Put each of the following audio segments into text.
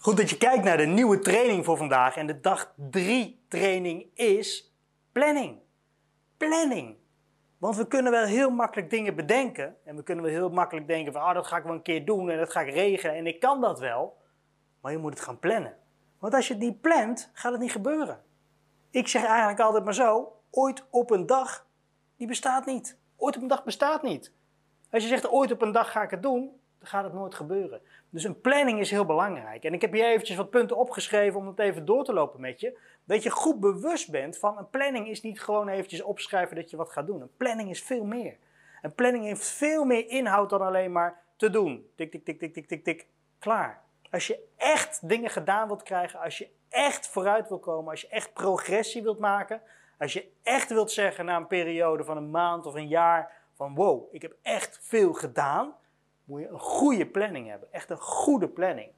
Goed dat je kijkt naar de nieuwe training voor vandaag. En de dag 3 training is planning. Planning. Want we kunnen wel heel makkelijk dingen bedenken. En we kunnen wel heel makkelijk denken van, dat ga ik wel een keer doen en dat ga ik regelen en ik kan dat wel. Maar je moet het gaan plannen. Want als je het niet plant, gaat het niet gebeuren. Ik zeg eigenlijk altijd maar zo, ooit op een dag, die bestaat niet. Ooit op een dag bestaat niet. Als je zegt, ooit op een dag ga ik het doen, dan gaat het nooit gebeuren. Dus een planning is heel belangrijk. En ik heb hier eventjes wat punten opgeschreven om het even door te lopen met je. Dat je goed bewust bent van een planning is niet gewoon eventjes opschrijven dat je wat gaat doen. Een planning is veel meer. Een planning heeft veel meer inhoud dan alleen maar te doen. Tik, tik, tik, tik, tik, tik, tik. Klaar. Als je echt dingen gedaan wilt krijgen, als je echt vooruit wil komen, als je echt progressie wilt maken, als je echt wilt zeggen na een periode van een maand of een jaar van wow, ik heb echt veel gedaan, moet je een goede planning hebben. Echt een goede planning.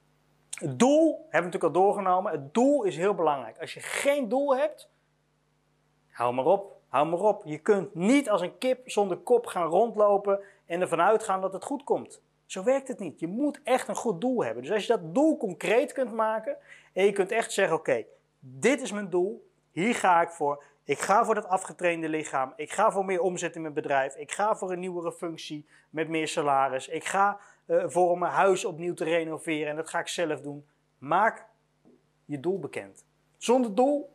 Het doel, hebben we natuurlijk al doorgenomen, het doel is heel belangrijk. Als je geen doel hebt, hou maar op. Hou maar op. Je kunt niet als een kip zonder kop gaan rondlopen en ervan uitgaan dat het goed komt. Zo werkt het niet. Je moet echt een goed doel hebben. Dus als je dat doel concreet kunt maken en je kunt echt zeggen, oké, dit is mijn doel, hier ga ik voor. Ik ga voor dat afgetrainde lichaam. Ik ga voor meer omzet in mijn bedrijf. Ik ga voor een nieuwere functie met meer salaris. Ik ga voor mijn huis opnieuw te renoveren en dat ga ik zelf doen. Maak je doel bekend. Zonder doel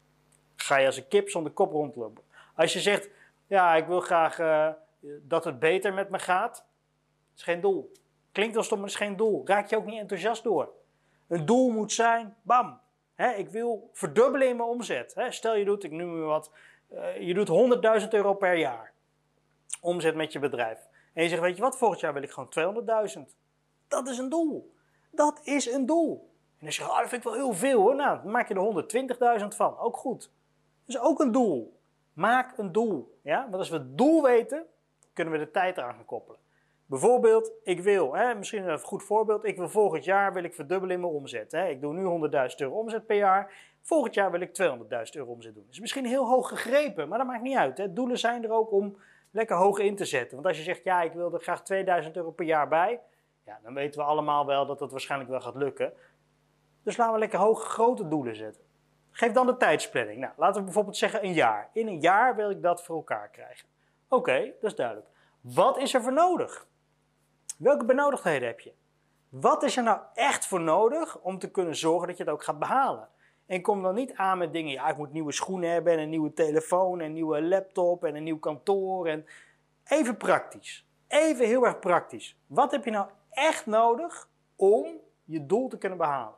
ga je als een kip zonder kop rondlopen. Als je zegt, ja, ik wil graag dat het beter met me gaat. Dat is geen doel. Klinkt als stom, maar is geen doel. Raak je ook niet enthousiast door. Een doel moet zijn, bam. Ik wil verdubbelen in mijn omzet. Stel je doet, ik noem maar wat, je doet 100.000 euro per jaar. Omzet met je bedrijf. En je zegt, weet je wat, volgend jaar wil ik gewoon 200.000. Dat is een doel. Dat is een doel. En dan zeg je, dat vind ik wel heel veel hoor. Nou, dan maak je er 120.000 van. Ook goed. Dat is ook een doel. Maak een doel. Ja? Want als we het doel weten, kunnen we de tijd eraan gaan koppelen. Bijvoorbeeld, ik wil, misschien een goed voorbeeld, ik wil volgend jaar wil ik verdubbelen in mijn omzet. Ik doe nu 100.000 euro omzet per jaar. Volgend jaar wil ik 200.000 euro omzet doen. Dat is misschien heel hoog gegrepen, maar dat maakt niet uit. Doelen zijn er ook om lekker hoog in te zetten. Want als je zegt, ja, ik wil er graag 2000 euro per jaar bij, ja, dan weten we allemaal wel dat dat waarschijnlijk wel gaat lukken. Dus laten we lekker hoge, grote doelen zetten. Geef dan de tijdsplanning. Nou, laten we bijvoorbeeld zeggen een jaar. In een jaar wil ik dat voor elkaar krijgen. Oké, dat is duidelijk. Wat is er voor nodig? Welke benodigdheden heb je? Wat is er nou echt voor nodig om te kunnen zorgen dat je het ook gaat behalen? En kom dan niet aan met dingen, ja, ik moet nieuwe schoenen hebben en een nieuwe telefoon en een nieuwe laptop en een nieuw kantoor. En even praktisch. Even heel erg praktisch. Wat heb je nou echt nodig om je doel te kunnen behalen?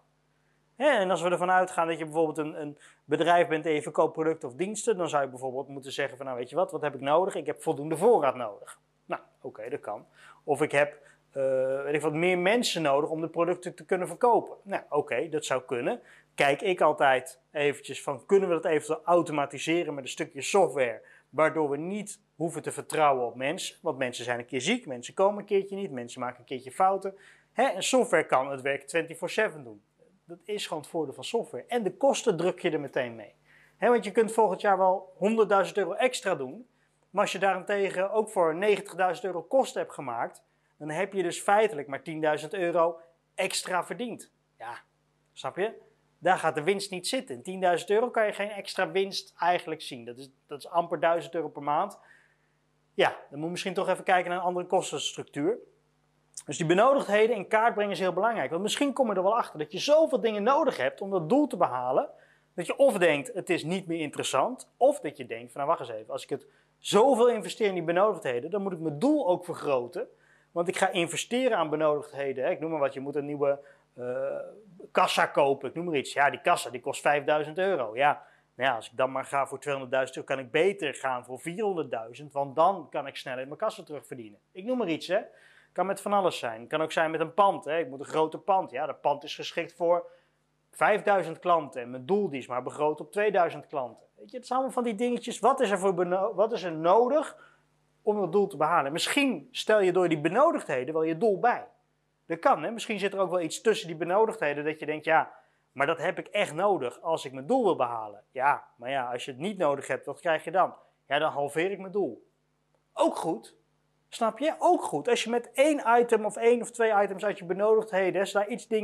En als we ervan uitgaan dat je bijvoorbeeld een bedrijf bent en je verkoopt producten of diensten, dan zou je bijvoorbeeld moeten zeggen van, nou weet je wat heb ik nodig? Ik heb voldoende voorraad nodig. Nou, oké, dat kan. Of ik heb meer mensen nodig om de producten te kunnen verkopen. Nou, oké, dat zou kunnen. Kijk ik altijd eventjes van, kunnen we dat eventueel automatiseren met een stukje software, waardoor we niet hoeven te vertrouwen op mensen. Want mensen zijn een keer ziek, mensen komen een keertje niet, mensen maken een keertje fouten. En software kan het werk 24/7 doen. Dat is gewoon het voordeel van software. En de kosten druk je er meteen mee. Want je kunt volgend jaar wel 100.000 euro extra doen. Maar als je daarentegen ook voor 90.000 euro kosten hebt gemaakt, dan heb je dus feitelijk maar 10.000 euro extra verdiend. Ja, snap je? Daar gaat de winst niet zitten. In 10.000 euro kan je geen extra winst eigenlijk zien. Dat is amper 1000 euro per maand. Ja, dan moet je misschien toch even kijken naar een andere kostenstructuur. Dus die benodigdheden in kaart brengen is heel belangrijk. Want misschien kom je er wel achter dat je zoveel dingen nodig hebt om dat doel te behalen, dat je of denkt, het is niet meer interessant, of dat je denkt, van, nou wacht eens even, als ik het zoveel investeer in die benodigdheden, dan moet ik mijn doel ook vergroten. Want ik ga investeren aan benodigdheden. Ik noem maar wat, je moet een nieuwe kassa kopen, ik noem maar iets. Ja, die kassa die kost 5.000 euro. Ja, nou ja, als ik dan maar ga voor 200.000 euro, kan ik beter gaan voor 400.000, want dan kan ik sneller mijn kassa terugverdienen. Ik noem maar iets, hè. Kan met van alles zijn. Kan ook zijn met een pand. Ik moet een groter pand. Ja, dat pand is geschikt voor 5.000 klanten. En mijn doel die is maar begroot op 2.000 klanten. Weet je, het zijn allemaal van die dingetjes. Wat is er nodig om dat doel te behalen? Misschien stel je door die benodigdheden wel je doel bij. Dat kan, hè. Misschien zit er ook wel iets tussen die benodigdheden dat je denkt, ja, maar dat heb ik echt nodig als ik mijn doel wil behalen. Ja, maar ja, als je het niet nodig hebt, wat krijg je dan? Ja, dan halveer ik mijn doel. Ook goed. Snap je? Ook goed. Als je met 1 item of 1 of 2 items uit je benodigdheden, als daar iets dingen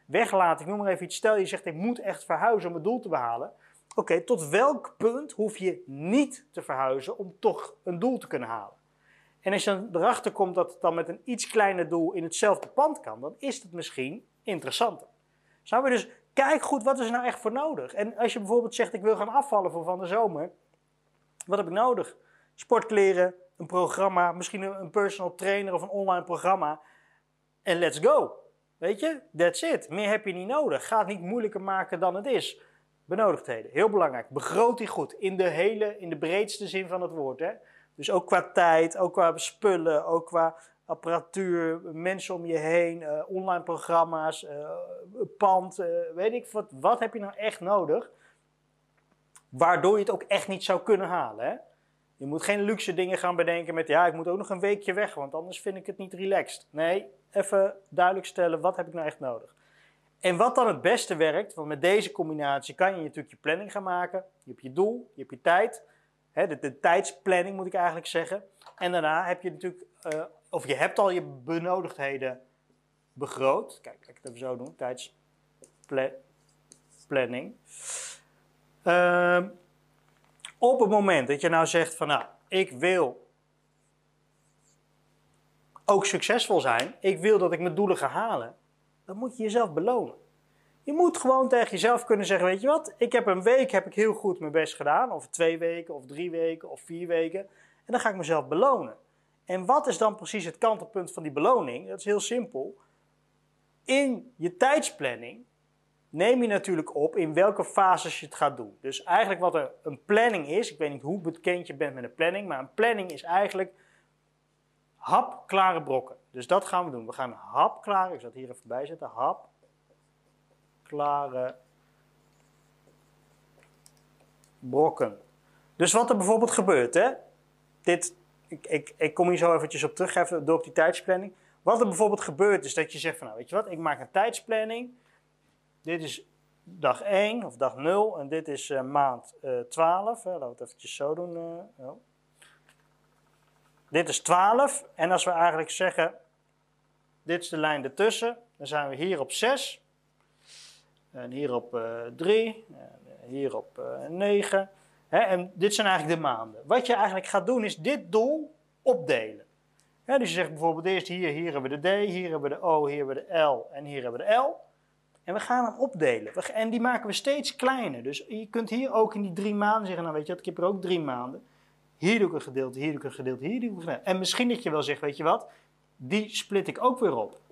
weglaten. Ik noem maar even iets. Stel je zegt, ik moet echt verhuizen om het doel te behalen. Oké, tot welk punt hoef je niet te verhuizen om toch een doel te kunnen halen? En als je dan erachter komt dat het dan met een iets kleiner doel in hetzelfde pand kan, dan is het misschien interessanter. Snap je? Dus kijk goed, wat is er nou echt voor nodig? En als je bijvoorbeeld zegt, ik wil gaan afvallen voor van de zomer. Wat heb ik nodig? Sportkleren, een programma, misschien een personal trainer of een online programma. En let's go. Weet je, that's it. Meer heb je niet nodig. Ga het niet moeilijker maken dan het is. Benodigdheden, heel belangrijk. Begroot die goed, in de breedste zin van het woord. Hè? Dus ook qua tijd, ook qua spullen, ook qua apparatuur, mensen om je heen, online programma's, pand, weet ik wat heb je nou echt nodig? Waardoor je het ook echt niet zou kunnen halen. Hè? Je moet geen luxe dingen gaan bedenken met, ja, ik moet ook nog een weekje weg, want anders vind ik het niet relaxed. Nee, even duidelijk stellen, wat heb ik nou echt nodig? En wat dan het beste werkt, want met deze combinatie kan je natuurlijk je planning gaan maken. Je hebt je doel, je hebt je tijd. Hè, de tijdsplanning moet ik eigenlijk zeggen. En daarna heb je natuurlijk, of je hebt al je benodigdheden begroot. Kijk, laat ik het even zo doen, tijdsplanning. Op het moment dat je nou zegt van, nou, ik wil ook succesvol zijn. Ik wil dat ik mijn doelen ga halen. Dan moet je jezelf belonen. Je moet gewoon tegen jezelf kunnen zeggen, weet je wat, ik heb een week heel goed mijn best gedaan. Of 2 weken, of 3 weken, of 4 weken. En dan ga ik mezelf belonen. En wat is dan precies het kantelpunt van die beloning? Dat is heel simpel. In je tijdsplanning neem je natuurlijk op in welke fases je het gaat doen. Dus eigenlijk wat een planning is, ik weet niet hoe bekend je bent met een planning, maar een planning is eigenlijk hapklare brokken. Dus dat gaan we doen. We gaan hapklare, ik zal het hier even bijzetten, hapklare brokken. Dus wat er bijvoorbeeld gebeurt, hè? Ik kom hier zo eventjes op terug, even door op die tijdsplanning. Wat er bijvoorbeeld gebeurt is dat je zegt van, nou weet je wat, ik maak een tijdsplanning. Dit is dag 1 of dag 0 en dit is maand 12. Laten we het eventjes zo doen. Dit is 12 en als we eigenlijk zeggen, dit is de lijn ertussen, dan zijn we hier op 6. En hier op 3, en hier op 9. En dit zijn eigenlijk de maanden. Wat je eigenlijk gaat doen is dit doel opdelen. Dus je zegt bijvoorbeeld eerst hier hebben we de D, hier hebben we de O, hier hebben we de L en hier hebben we de L. En we gaan hem opdelen. En die maken we steeds kleiner. Dus je kunt hier ook in die 3 maanden zeggen, nou weet je wat, ik heb er ook 3 maanden. Hier doe ik een gedeelte, hier doe ik een gedeelte, hier doe ik een gedeelte. En misschien dat je wel zegt, weet je wat, die split ik ook weer op.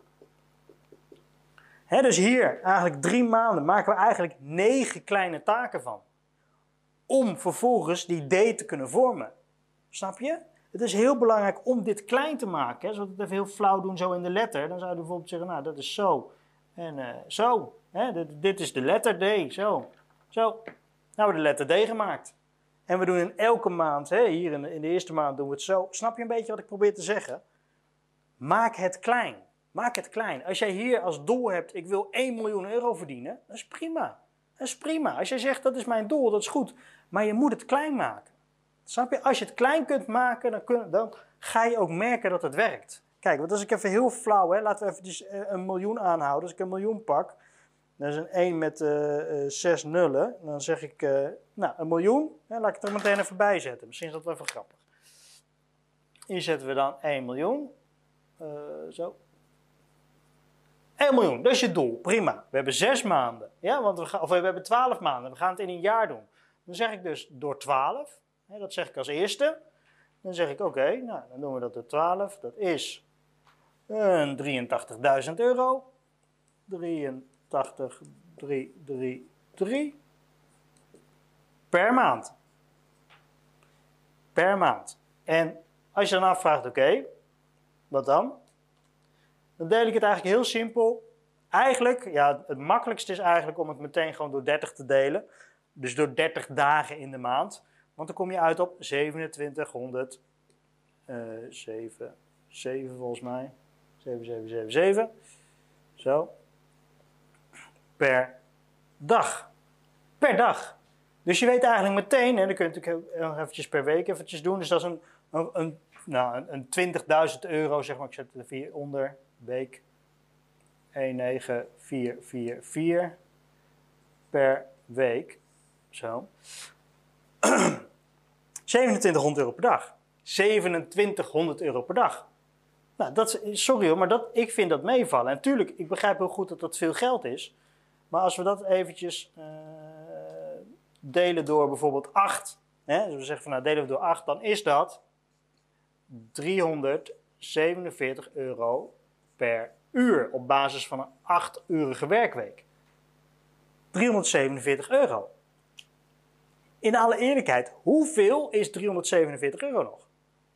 Dus hier, eigenlijk 3 maanden, maken we eigenlijk 9 kleine taken van. Om vervolgens die D te kunnen vormen. Snap je? Het is heel belangrijk om dit klein te maken. Zodat we het even heel flauw doen zo in de letter. Dan zou je bijvoorbeeld zeggen, nou dat is zo. En zo. Dit is de letter D. Zo. Zo. Nou hebben we de letter D gemaakt. En we doen in elke maand, hier in de eerste maand doen we het zo. Snap je een beetje wat ik probeer te zeggen? Maak het klein. Maak het klein. Als jij hier als doel hebt, ik wil 1 miljoen euro verdienen, dat is prima. Dat is prima. Als jij zegt, dat is mijn doel, dat is goed. Maar je moet het klein maken. Snap je? Als je het klein kunt maken, dan ga je ook merken dat het werkt. Kijk, want als ik even heel flauw, laten we even 1 miljoen aanhouden. Als ik 1 miljoen pak, dat is een 1 met 6 nullen. Dan zeg ik, nou 1 miljoen, laat ik het er meteen even bij zetten. Misschien is dat wel even grappig. Hier zetten we dan 1 miljoen. Zo. 1 miljoen, dat is je doel, prima. We hebben 6 maanden, ja, of we hebben 12 maanden, we gaan het in een jaar doen. Dan zeg ik dus door 12, dat zeg ik als eerste. Dan zeg ik oké, nou, dan doen we dat door 12, dat is 83.000 euro. 83.333 per maand. Per maand. En als je dan afvraagt, oké, wat dan? Dan deel ik het eigenlijk heel simpel. Eigenlijk, ja, het makkelijkste is eigenlijk om het meteen gewoon door 30 te delen. Dus door 30 dagen in de maand. Want dan kom je uit op 2777 volgens mij. 7777. Zo. Per dag. Per dag. Dus je weet eigenlijk meteen, en dan kun je natuurlijk nog eventjes per week eventjes doen. Dus dat is een 20.000 euro, zeg maar, ik zet het er 4 onder, week. 19444 per week. Zo. 2700 euro per dag. 2700 euro per dag. Nou, sorry hoor, maar ik vind dat meevallen. En natuurlijk, ik begrijp heel goed dat dat veel geld is. Maar als we dat eventjes delen door bijvoorbeeld 8. Hè, dus we zeggen van nou delen we door 8, dan is dat 347 euro per uur op basis van een 8-urige werkweek. 347 euro. In alle eerlijkheid, hoeveel is 347 euro nog?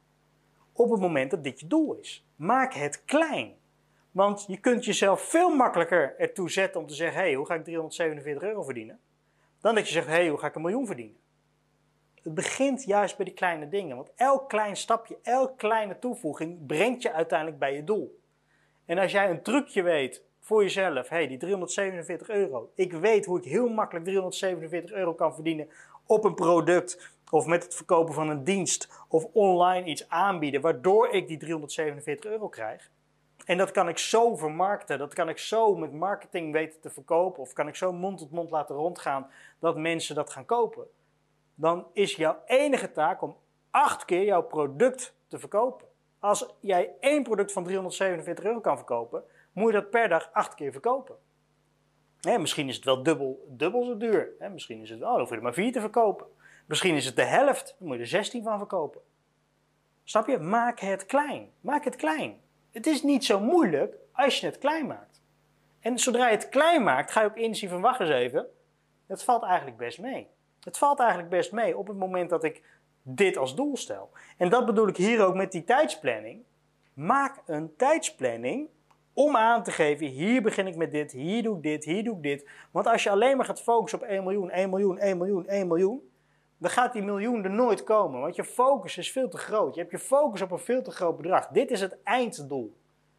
Op het moment dat dit je doel is. Maak het klein. Want je kunt jezelf veel makkelijker ertoe zetten om te zeggen, hey, hoe ga ik 347 euro verdienen? Dan dat je zegt, hey, hoe ga ik 1 miljoen verdienen? Het begint juist bij die kleine dingen. Want elk klein stapje, elk kleine toevoeging brengt je uiteindelijk bij je doel. En als jij een trucje weet voor jezelf, hey, die 347 euro. Ik weet hoe ik heel makkelijk 347 euro kan verdienen op een product of met het verkopen van een dienst of online iets aanbieden, waardoor ik die 347 euro krijg. En dat kan ik zo vermarkten, dat kan ik zo met marketing weten te verkopen of kan ik zo mond tot mond laten rondgaan dat mensen dat gaan kopen. Dan is jouw enige taak om 8 keer jouw product te verkopen. Als jij 1 product van 347 euro kan verkopen, moet je dat per dag 8 keer verkopen. Misschien is het wel dubbel zo duur. Misschien is het wel, dan hoef je er maar 4 te verkopen. Misschien is het de helft, dan moet je er 16 van verkopen. Snap je? Maak het klein. Maak het klein. Het is niet zo moeilijk als je het klein maakt. En zodra je het klein maakt, ga je ook inzien van wacht eens even. Het valt eigenlijk best mee. Het valt eigenlijk best mee op het moment dat ik dit als doel stel. En dat bedoel ik hier ook met die tijdsplanning. Maak een tijdsplanning om aan te geven, hier begin ik met dit, hier doe ik dit, hier doe ik dit. Want als je alleen maar gaat focussen op 1 miljoen, 1 miljoen, 1 miljoen, 1 miljoen, dan gaat die miljoen er nooit komen. Want je focus is veel te groot. Je hebt je focus op een veel te groot bedrag. Dit is het einddoel.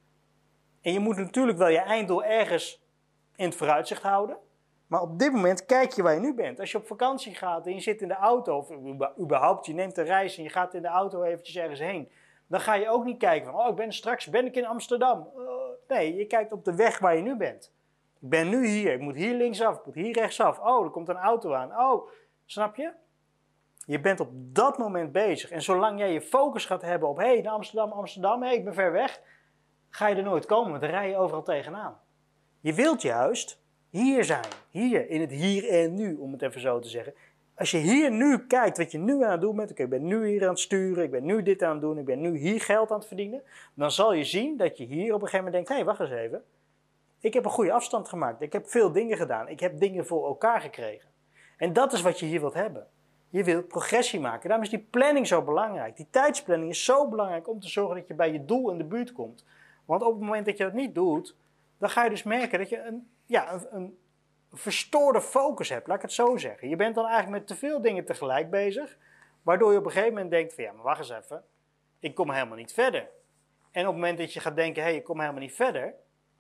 En je moet natuurlijk wel je einddoel ergens in het vooruitzicht houden. Maar op dit moment kijk je waar je nu bent. Als je op vakantie gaat en je zit in de auto, of überhaupt je neemt een reis en je gaat in de auto eventjes ergens heen. Dan ga je ook niet kijken van, straks ben ik in Amsterdam. Nee, je kijkt op de weg waar je nu bent. Ik ben nu hier, ik moet hier linksaf, ik moet hier rechtsaf. Oh, er komt een auto aan. Oh, snap je? Je bent op dat moment bezig. En zolang jij je focus gaat hebben op, naar Amsterdam, ik ben ver weg, ga je er nooit komen, want dan rij je overal tegenaan. Je wilt juist hier zijn, hier, in het hier en nu, om het even zo te zeggen. Als je hier nu kijkt wat je nu aan het doen bent, oké, ik ben nu hier aan het sturen, ik ben nu dit aan het doen, ik ben nu hier geld aan het verdienen, dan zal je zien dat je hier op een gegeven moment denkt, wacht eens even, ik heb een goede afstand gemaakt, ik heb veel dingen gedaan, ik heb dingen voor elkaar gekregen. En dat is wat je hier wilt hebben. Je wilt progressie maken. Daarom is die planning zo belangrijk. Die tijdsplanning is zo belangrijk om te zorgen dat je bij je doel in de buurt komt. Want op het moment dat je dat niet doet, dan ga je dus merken dat je een verstoorde focus hebt, laat ik het zo zeggen. Je bent dan eigenlijk met te veel dingen tegelijk bezig, waardoor je op een gegeven moment denkt van maar wacht eens even, ik kom helemaal niet verder. En op het moment dat je gaat denken, ik kom helemaal niet verder,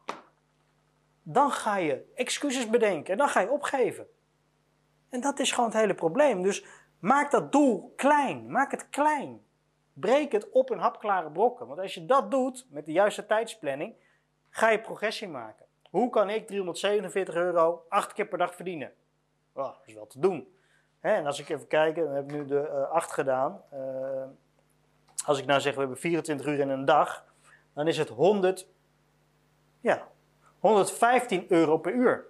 dan ga je excuses bedenken en dan ga je opgeven. En dat is gewoon het hele probleem. Dus maak dat doel klein, maak het klein. Breek het op in hapklare brokken. Want als je dat doet, met de juiste tijdsplanning, ga je progressie maken. Hoe kan ik 347 euro 8 keer per dag verdienen? Dat is wel te doen. En als ik even kijk, dan heb ik nu de 8 gedaan. Als ik nou zeg, we hebben 24 uur in een dag, dan is het 115 euro per uur.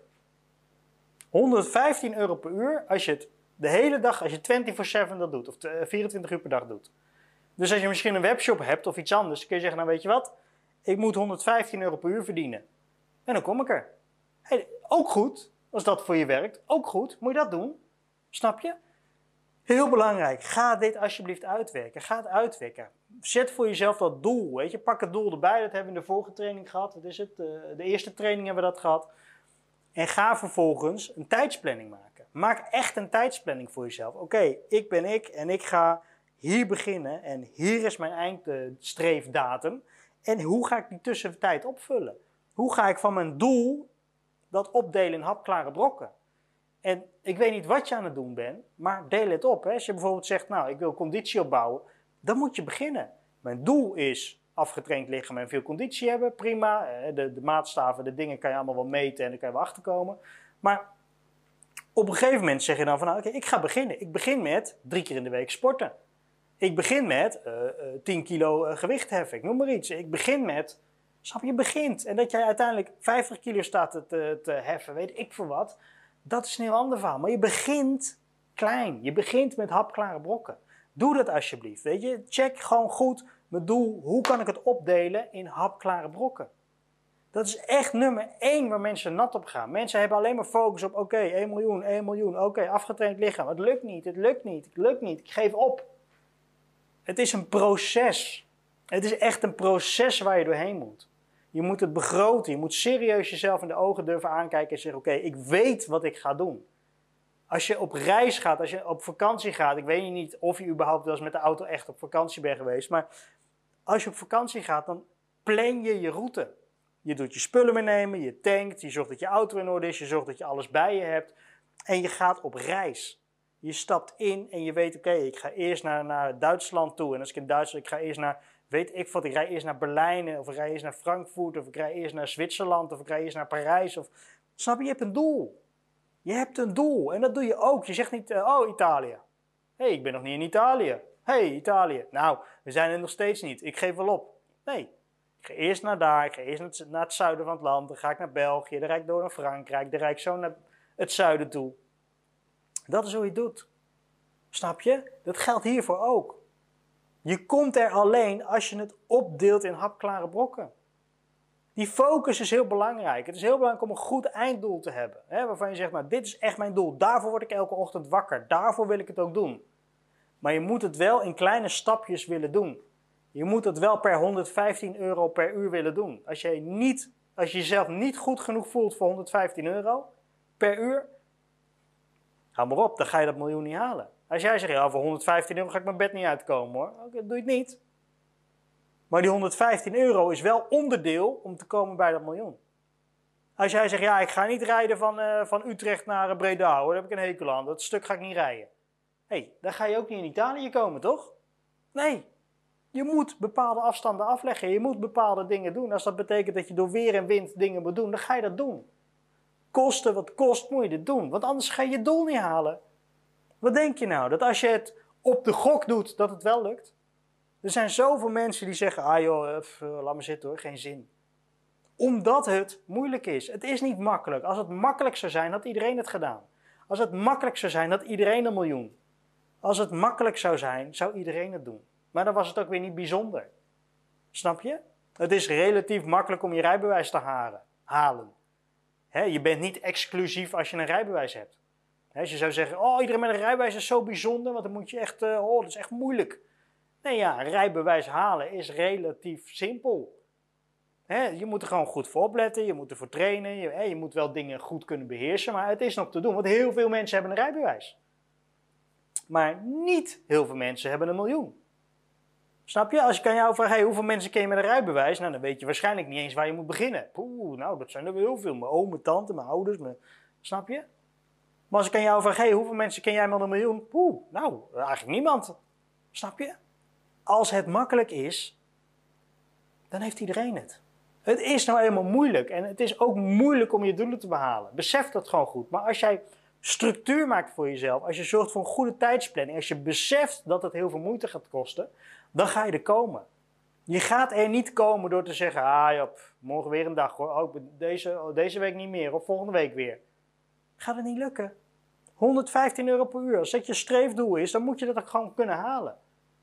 115 euro per uur als je het de hele dag, als je 24/7 dat doet, of 24 uur per dag doet. Dus als je misschien een webshop hebt of iets anders, kun je zeggen, nou weet je wat, ik moet 115 euro per uur verdienen. En dan kom ik er. Ook goed, als dat voor je werkt, ook goed, moet je dat doen. Snap je? Heel belangrijk, ga dit alsjeblieft uitwerken. Ga het uitwerken. Zet voor jezelf dat doel, weet je. Pak het doel erbij, dat hebben we in de vorige training gehad. Wat is het? De eerste training hebben we dat gehad. En ga vervolgens een tijdsplanning maken. Maak echt een tijdsplanning voor jezelf. Oké, ik ben ik en ik ga hier beginnen en hier is mijn eindstreefdatum. En hoe ga ik die tussentijd opvullen? Hoe ga ik van mijn doel dat opdelen in hapklare brokken? En ik weet niet wat je aan het doen bent, maar deel het op. Hè. Als je bijvoorbeeld zegt, nou, ik wil conditie opbouwen, dan moet je beginnen. Mijn doel is, afgetraind lichaam en veel conditie hebben, prima. De maatstaven, de dingen kan je allemaal wel meten en daar kan je wel achterkomen. Maar op een gegeven moment zeg je dan van, oké, ik ga beginnen. Ik begin met 3 keer in de week sporten. Ik begin met 10 kilo gewicht heffen, ik noem maar iets. Ik begin met, snap je, begint. En dat jij uiteindelijk 50 kilo staat te heffen, weet ik veel wat. Dat is een heel ander verhaal. Maar je begint klein. Je begint met hapklare brokken. Doe dat alsjeblieft, weet je. Check gewoon goed mijn doel. Hoe kan ik het opdelen in hapklare brokken? Dat is echt nummer 1 waar mensen nat op gaan. Mensen hebben alleen maar focus op, oké, 1 miljoen, 1 miljoen. Oké, afgetraind lichaam. Het lukt niet, het lukt niet, het lukt niet. Ik geef op. Het is een proces. Het is echt een proces waar je doorheen moet. Je moet het begroten. Je moet serieus jezelf in de ogen durven aankijken en zeggen, oké, ik weet wat ik ga doen. Als je op reis gaat, als je op vakantie gaat, ik weet niet of je überhaupt wel eens met de auto echt op vakantie bent geweest, maar als je op vakantie gaat, dan plan je je route. Je doet je spullen meenemen, je tankt, je zorgt dat je auto in orde is, je zorgt dat je alles bij je hebt en je gaat op reis. Je stapt in en je weet, oké, ik ga eerst naar Duitsland toe en als ik in Duitsland, ik ga eerst naar, weet ik wat, ik rij eerst naar Berlijn of ik rij eerst naar Frankfurt of ik rij eerst naar Zwitserland of ik rij eerst naar Parijs. Snap je, je hebt een doel. Je hebt een doel en dat doe je ook. Je zegt niet, oh Italië. Hé, ik ben nog niet in Italië. Hé, Italië. Nou, we zijn er nog steeds niet. Ik geef wel op. Nee, ik ga eerst naar daar. Ik ga eerst naar het zuiden van het land. Dan ga ik naar België. Dan rijd ik door naar Frankrijk. Dan rijd ik zo naar het zuiden toe. Dat is hoe je het doet. Snap je? Dat geldt hiervoor ook. Je komt er alleen als je het opdeelt in hapklare brokken. Die focus is heel belangrijk. Het is heel belangrijk om een goed einddoel te hebben. Hè, waarvan je zegt, nou, dit is echt mijn doel. Daarvoor word ik elke ochtend wakker. Daarvoor wil ik het ook doen. Maar je moet het wel in kleine stapjes willen doen. Je moet het wel per €115 per uur willen doen. Als je jezelf niet goed genoeg voelt voor €115 per uur, hou maar op, dan ga je dat miljoen niet halen. Als jij zegt, ja, voor €115 ga ik mijn bed niet uitkomen hoor. Oké, doe je het niet. Maar die €115 is wel onderdeel om te komen bij dat miljoen. Als jij zegt, ja, ik ga niet rijden van Utrecht naar Breda, hoor, daar heb ik een hekel aan. Dat stuk ga ik niet rijden. Hé, dan ga je ook niet in Italië komen, toch? Nee, je moet bepaalde afstanden afleggen. Je moet bepaalde dingen doen. Als dat betekent dat je door weer en wind dingen moet doen, dan ga je dat doen. Kosten wat kost, moet je dit doen. Want anders ga je je doel niet halen. Wat denk je nou? Dat als je het op de gok doet, dat het wel lukt? Er zijn zoveel mensen die zeggen, ah joh, laat me zitten hoor, geen zin. Omdat het moeilijk is. Het is niet makkelijk. Als het makkelijk zou zijn, had iedereen het gedaan. Als het makkelijk zou zijn, had iedereen een miljoen. Als het makkelijk zou zijn, zou iedereen het doen. Maar dan was het ook weer niet bijzonder. Snap je? Het is relatief makkelijk om je rijbewijs te halen. Je bent niet exclusief als je een rijbewijs hebt. Als je zou zeggen, oh iedereen met een rijbewijs is zo bijzonder, want dan moet je echt, dat is echt moeilijk. Nee ja, een rijbewijs halen is relatief simpel. Je moet er gewoon goed voor opletten, je moet ervoor trainen, je moet wel dingen goed kunnen beheersen, maar het is nog te doen, want heel veel mensen hebben een rijbewijs. Maar niet heel veel mensen hebben een miljoen. Snap je? Als ik aan jou vraag, hey, hoeveel mensen ken je met een rijbewijs? Nou, dan weet je waarschijnlijk niet eens waar je moet beginnen. Nou, dat zijn er wel heel veel. Mijn oom, mijn tante, mijn ouders. Snap je? Maar als ik aan jou vraag, hey, hoeveel mensen ken jij met een miljoen? Nou, eigenlijk niemand. Snap je? Als het makkelijk is, dan heeft iedereen het. Het is nou eenmaal moeilijk. En het is ook moeilijk om je doelen te behalen. Besef dat gewoon goed. Maar als jij structuur maakt voor jezelf, als je zorgt voor een goede tijdsplanning, als je beseft dat het heel veel moeite gaat kosten, dan ga je er komen. Je gaat er niet komen door te zeggen, morgen weer een dag hoor, deze week niet meer of volgende week weer. Gaat het niet lukken. €115 per uur, als dat je streefdoel is, dan moet je dat ook gewoon kunnen halen.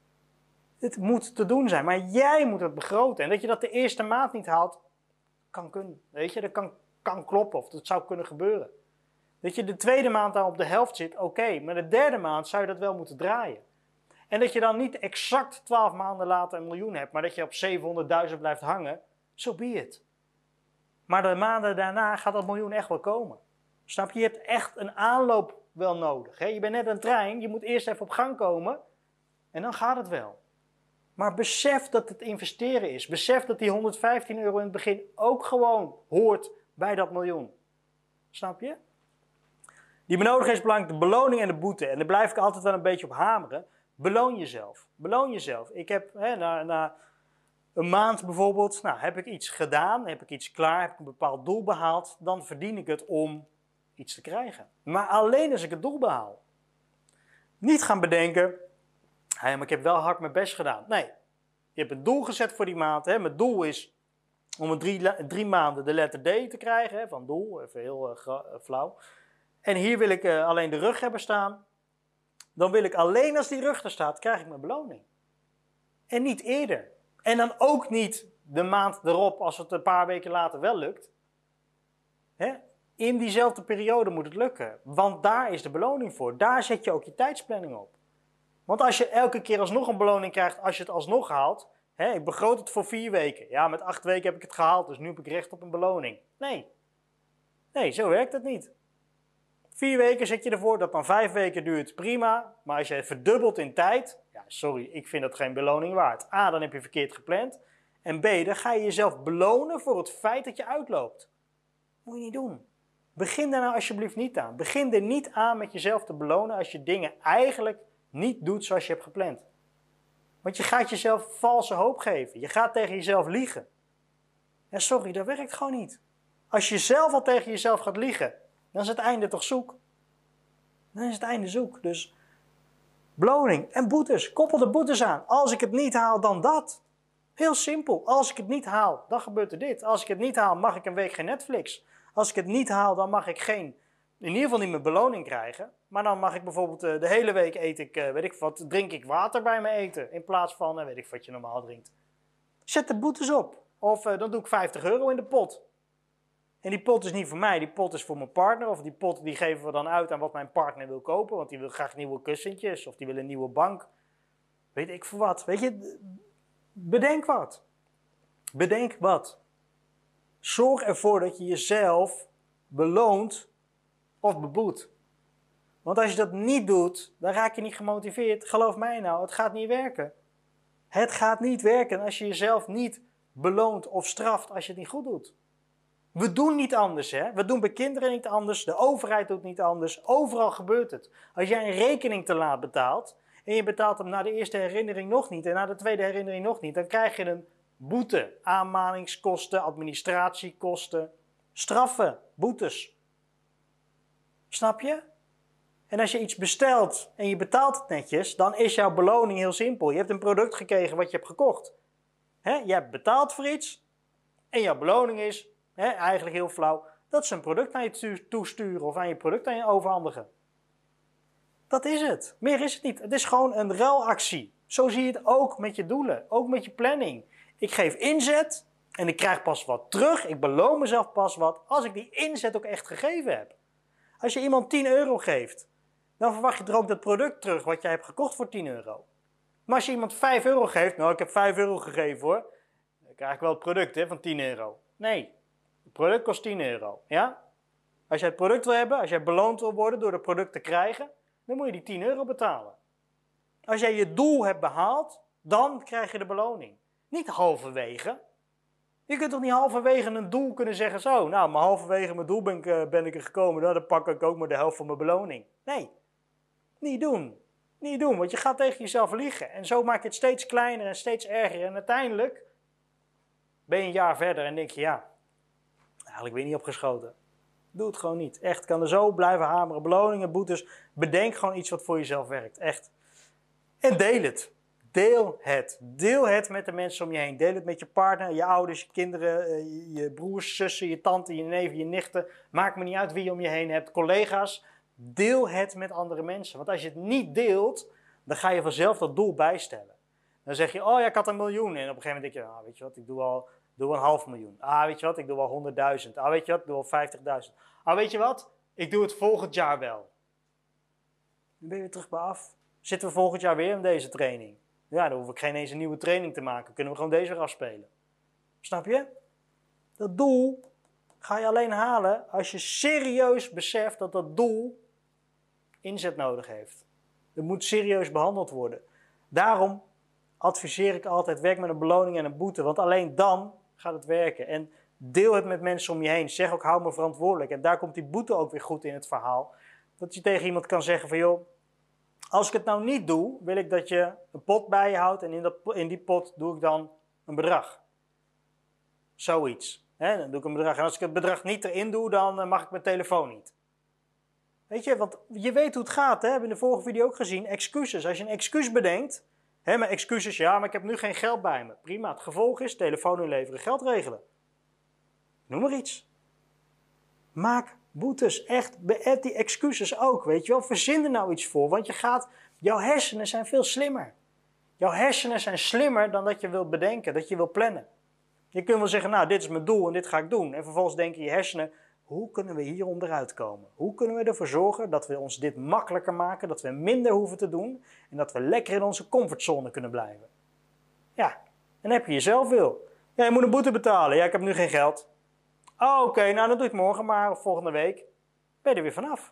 Het moet te doen zijn, maar jij moet het begroten. En dat je dat de eerste maand niet haalt, kan kunnen. Weet je, dat kan kloppen of dat zou kunnen gebeuren. Dat je de tweede maand dan op de helft zit, oké, maar de derde maand zou je dat wel moeten draaien. En dat je dan niet exact 12 maanden later een miljoen hebt, maar dat je op 700.000 blijft hangen, so be it. Maar de maanden daarna gaat dat miljoen echt wel komen. Snap je? Je hebt echt een aanloop wel nodig. Hè? Je bent net een trein, je moet eerst even op gang komen en dan gaat het wel. Maar besef dat het investeren is. Besef dat die €115 in het begin ook gewoon hoort bij dat miljoen. Snap je? Die benodiging is belangrijk, de beloning en de boete. En daar blijf ik altijd wel een beetje op hameren. Beloon jezelf. Beloon jezelf. Ik heb een maand bijvoorbeeld, nou, heb ik iets gedaan, heb ik iets klaar, heb ik een bepaald doel behaald, dan verdien ik het om iets te krijgen. Maar alleen als ik het doel behaal. Niet gaan bedenken, maar ik heb wel hard mijn best gedaan. Nee, je hebt een doel gezet voor die maand. Hè. Mijn doel is om in 3 maanden de letter D te krijgen, hè, van doel, even heel flauw. En hier wil ik alleen de rug hebben staan. Dan wil ik alleen als die rug er staat, krijg ik mijn beloning. En niet eerder. En dan ook niet de maand erop, als het een paar weken later wel lukt. Hè? In diezelfde periode moet het lukken. Want daar is de beloning voor. Daar zet je ook je tijdsplanning op. Want als je elke keer alsnog een beloning krijgt, als je het alsnog haalt. Hè, ik begroot het voor 4 weken. Ja, met 8 weken heb ik het gehaald, dus nu heb ik recht op een beloning. Nee, zo werkt het niet. 4 weken zet je ervoor, dat dan 5 weken duurt, prima. Maar als je verdubbelt in tijd, ja, sorry, ik vind dat geen beloning waard. A, dan heb je verkeerd gepland. En B, dan ga je jezelf belonen voor het feit dat je uitloopt. Moet je niet doen. Begin daar nou alsjeblieft niet aan. Begin er niet aan met jezelf te belonen als je dingen eigenlijk niet doet zoals je hebt gepland. Want je gaat jezelf valse hoop geven. Je gaat tegen jezelf liegen. En sorry, dat werkt gewoon niet. Als je zelf al tegen jezelf gaat liegen, dan is het einde toch zoek. Dan is het einde zoek. Dus beloning en boetes. Koppel de boetes aan. Als ik het niet haal, dan dat. Heel simpel. Als ik het niet haal, dan gebeurt er dit. Als ik het niet haal, mag ik een week geen Netflix. Als ik het niet haal, dan mag ik in ieder geval niet mijn beloning krijgen. Maar dan mag ik bijvoorbeeld de hele week drink ik water bij mijn eten. In plaats van, weet ik wat je normaal drinkt. Zet de boetes op. Of dan doe ik €50 in de pot. En die pot is niet voor mij, die pot is voor mijn partner. Of die pot die geven we dan uit aan wat mijn partner wil kopen. Want die wil graag nieuwe kussentjes of die wil een nieuwe bank. Weet ik voor wat. Weet je, bedenk wat. Bedenk wat. Zorg ervoor dat je jezelf beloont of beboet. Want als je dat niet doet, dan raak je niet gemotiveerd. Geloof mij nou, het gaat niet werken. Het gaat niet werken als je jezelf niet beloont of straft als je het niet goed doet. We doen niet anders, hè? We doen bij kinderen niet anders. De overheid doet niet anders. Overal gebeurt het. Als jij een rekening te laat betaalt en je betaalt hem na de eerste herinnering nog niet en na de tweede herinnering nog niet, dan krijg je een boete, aanmaningskosten, administratiekosten, straffen, boetes. Snap je? En als je iets bestelt en je betaalt het netjes, dan is jouw beloning heel simpel. Je hebt een product gekregen wat je hebt gekocht. Je hebt betaald voor iets en jouw beloning is, eigenlijk heel flauw, dat ze een product naar je toesturen of aan je product aan je overhandigen. Dat is het. Meer is het niet. Het is gewoon een ruilactie. Zo zie je het ook met je doelen, ook met je planning. Ik geef inzet en ik krijg pas wat terug. Ik beloon mezelf pas wat als ik die inzet ook echt gegeven heb. Als je iemand €10 geeft, dan verwacht je er ook dat product terug wat jij hebt gekocht voor €10. Maar als je iemand €5 geeft, nou ik heb €5 gegeven hoor, dan krijg ik wel het product van €10. Nee, het product kost €10. Ja? Als jij het product wil hebben, als jij beloond wil worden door het product te krijgen, dan moet je die €10 betalen. Als jij je doel hebt behaald, dan krijg je de beloning. Niet halverwege. Je kunt toch niet halverwege een doel kunnen zeggen, zo, nou, maar halverwege mijn doel ben ik er gekomen, nou, dan pak ik ook maar de helft van mijn beloning. Nee, niet doen. Niet doen, want je gaat tegen jezelf liegen. En zo maak je het steeds kleiner en steeds erger. En uiteindelijk ben je een jaar verder en denk je, ja, eigenlijk ben je niet opgeschoten. Doe het gewoon niet. Echt, kan er zo blijven hameren. Beloningen, boetes. Bedenk gewoon iets wat voor jezelf werkt. Echt. En deel het. Deel het. Deel het met de mensen om je heen. Deel het met je partner, je ouders, je kinderen, je broers, zussen, je tante, je neven, je nichten. Maakt me niet uit wie je om je heen hebt. Collega's. Deel het met andere mensen. Want als je het niet deelt, dan ga je vanzelf dat doel bijstellen. Dan zeg je, oh ja, ik had 1 miljoen. En op een gegeven moment denk je, weet je wat, ik doe wel 500.000. Weet je wat, ik doe wel 100.000. Weet je wat, ik doe wel 50.000. Weet je wat, ik doe het volgend jaar wel. Dan ben je weer terug bij af. Zitten we volgend jaar weer in deze training? Ja, dan hoef ik geen eens een nieuwe training te maken. Kunnen we gewoon deze weer afspelen. Snap je? Dat doel ga je alleen halen als je serieus beseft dat dat doel inzet nodig heeft. Het moet serieus behandeld worden. Daarom adviseer ik altijd, werk met een beloning en een boete. Want alleen dan gaat het werken. En deel het met mensen om je heen. Zeg ook, hou me verantwoordelijk. En daar komt die boete ook weer goed in het verhaal. Dat je tegen iemand kan zeggen van, joh, als ik het nou niet doe, wil ik dat je een pot bij je houdt. En in die pot doe ik dan een bedrag. Zoiets. Dan doe ik een bedrag. En als ik het bedrag niet erin doe, dan mag ik mijn telefoon niet. Weet je, want je weet hoe het gaat. Hè? We hebben in de vorige video ook gezien. Excuses. Als je een excuus bedenkt. Mijn excuses, ja, maar ik heb nu geen geld bij me. Prima. Het gevolg is telefoon inleveren, geld regelen. Noem maar iets. Maak boetes. Echt, beëd die excuses ook. Weet je wel, verzin er nou iets voor. Want jouw hersenen zijn veel slimmer. Jouw hersenen zijn slimmer dan dat je wilt bedenken, dat je wilt plannen. Je kunt wel zeggen, nou, dit is mijn doel en dit ga ik doen. En vervolgens denken je hersenen, hoe kunnen we hier onderuit komen? Hoe kunnen we ervoor zorgen dat we ons dit makkelijker maken, dat we minder hoeven te doen en dat we lekker in onze comfortzone kunnen blijven? Ja, dan heb je jezelf wil. Ja, je moet een boete betalen. Ja, ik heb nu geen geld. Oh, oké, nou dan doe ik het morgen maar of volgende week. Ben je er weer vanaf?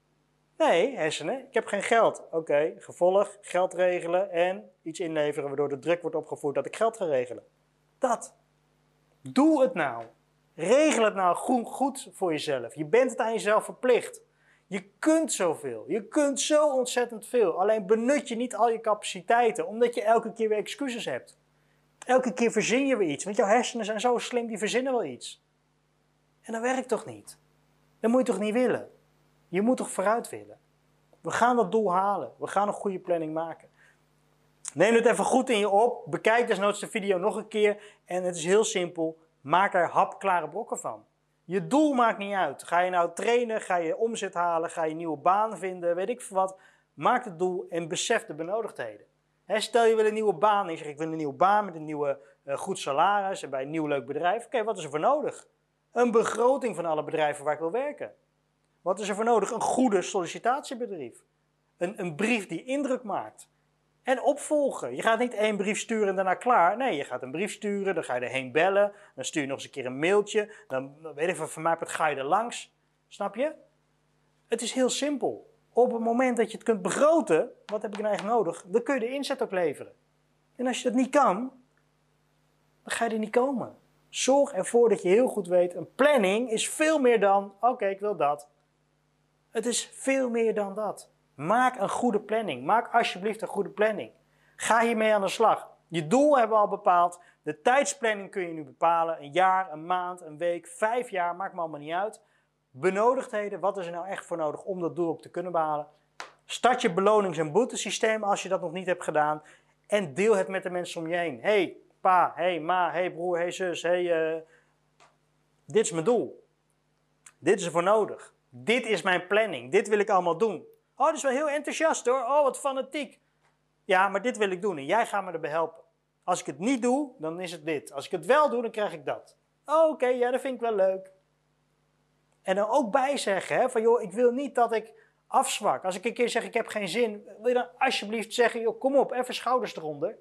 Nee, hersenen, ik heb geen geld. Oké, gevolg, geld regelen en iets inleveren waardoor de druk wordt opgevoerd dat ik geld ga regelen. Dat. Doe het nou. Regel het nou goed voor jezelf. Je bent het aan jezelf verplicht. Je kunt zoveel. Je kunt zo ontzettend veel. Alleen benut je niet al je capaciteiten, omdat je elke keer weer excuses hebt. Elke keer verzin je weer iets, want jouw hersenen zijn zo slim, die verzinnen wel iets. En dat werkt toch niet? Dat moet je toch niet willen? Je moet toch vooruit willen? We gaan dat doel halen. We gaan een goede planning maken. Neem het even goed in je op. Bekijk desnoods de video nog een keer. En het is heel simpel. Maak er hapklare brokken van. Je doel maakt niet uit. Ga je nou trainen? Ga je omzet halen? Ga je een nieuwe baan vinden? Weet ik veel wat. Maak het doel en besef de benodigdheden. Stel je wil een nieuwe baan. En je zegt ik wil een nieuwe baan met een nieuwe goed salaris. En bij een nieuw leuk bedrijf. Oké, wat is er voor nodig? Een begroting van alle bedrijven waar ik wil werken. Wat is er voor nodig? Een goede sollicitatiebrief. Een brief die indruk maakt. En opvolgen. Je gaat niet één brief sturen en daarna klaar. Nee, je gaat een brief sturen, dan ga je erheen bellen. Dan stuur je nog eens een keer een mailtje. Dan weet ik van mij ga je er langs. Snap je? Het is heel simpel. Op het moment dat je het kunt begroten, wat heb ik nou eigenlijk nodig? Dan kun je de inzet ook leveren. En als je dat niet kan, dan ga je er niet komen. Zorg ervoor dat je heel goed weet, een planning is veel meer dan, oké, ik wil dat. Het is veel meer dan dat. Maak een goede planning. Maak alsjeblieft een goede planning. Ga hiermee aan de slag. Je doel hebben we al bepaald. De tijdsplanning kun je nu bepalen. Een jaar, een maand, een week, 5 jaar. Maakt me allemaal niet uit. Benodigdheden. Wat is er nou echt voor nodig om dat doel ook te kunnen behalen? Start je belonings- en boetesysteem als je dat nog niet hebt gedaan. En deel het met de mensen om je heen. Hey pa, hey ma, hey broer, hey zus. Dit is mijn doel. Dit is er voor nodig. Dit is mijn planning. Dit wil ik allemaal doen. Oh, dat is wel heel enthousiast hoor. Oh, wat fanatiek. Ja, maar dit wil ik doen en jij gaat me erbij helpen. Als ik het niet doe, dan is het dit. Als ik het wel doe, dan krijg ik dat. Oh, oké, ja, dat vind ik wel leuk. En dan ook bijzeggen, hè, van joh, ik wil niet dat ik afzwak. Als ik een keer zeg, ik heb geen zin, wil je dan alsjeblieft zeggen, joh, kom op, even schouders eronder.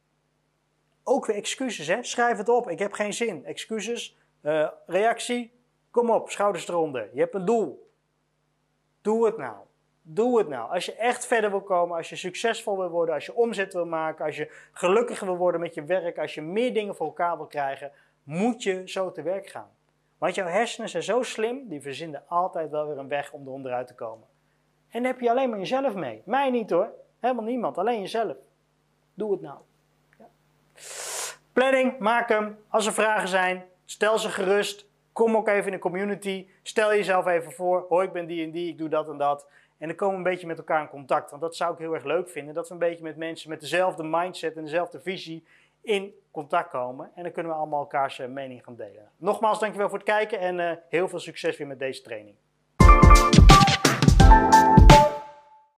Ook weer excuses, hè. Schrijf het op, ik heb geen zin. Excuses, reactie, kom op, schouders eronder. Je hebt een doel. Doe het nou. Doe het nou. Als je echt verder wil komen, als je succesvol wil worden, als je omzet wil maken, als je gelukkig wil worden met je werk, als je meer dingen voor elkaar wil krijgen, moet je zo te werk gaan. Want jouw hersenen zijn zo slim, die verzinnen altijd wel weer een weg om er onderuit te komen. En daar heb je alleen maar jezelf mee. Mij niet hoor. Helemaal niemand. Alleen jezelf. Doe het nou. Ja. Planning, maak hem. Als er vragen zijn, stel ze gerust. Kom ook even in de community. Stel jezelf even voor. Hoi, ik ben die en die, ik doe dat en dat. En dan komen we een beetje met elkaar in contact. Want dat zou ik heel erg leuk vinden. Dat we een beetje met mensen met dezelfde mindset en dezelfde visie in contact komen. En dan kunnen we allemaal elkaars mening gaan delen. Nogmaals, dankjewel voor het kijken en heel veel succes weer met deze training.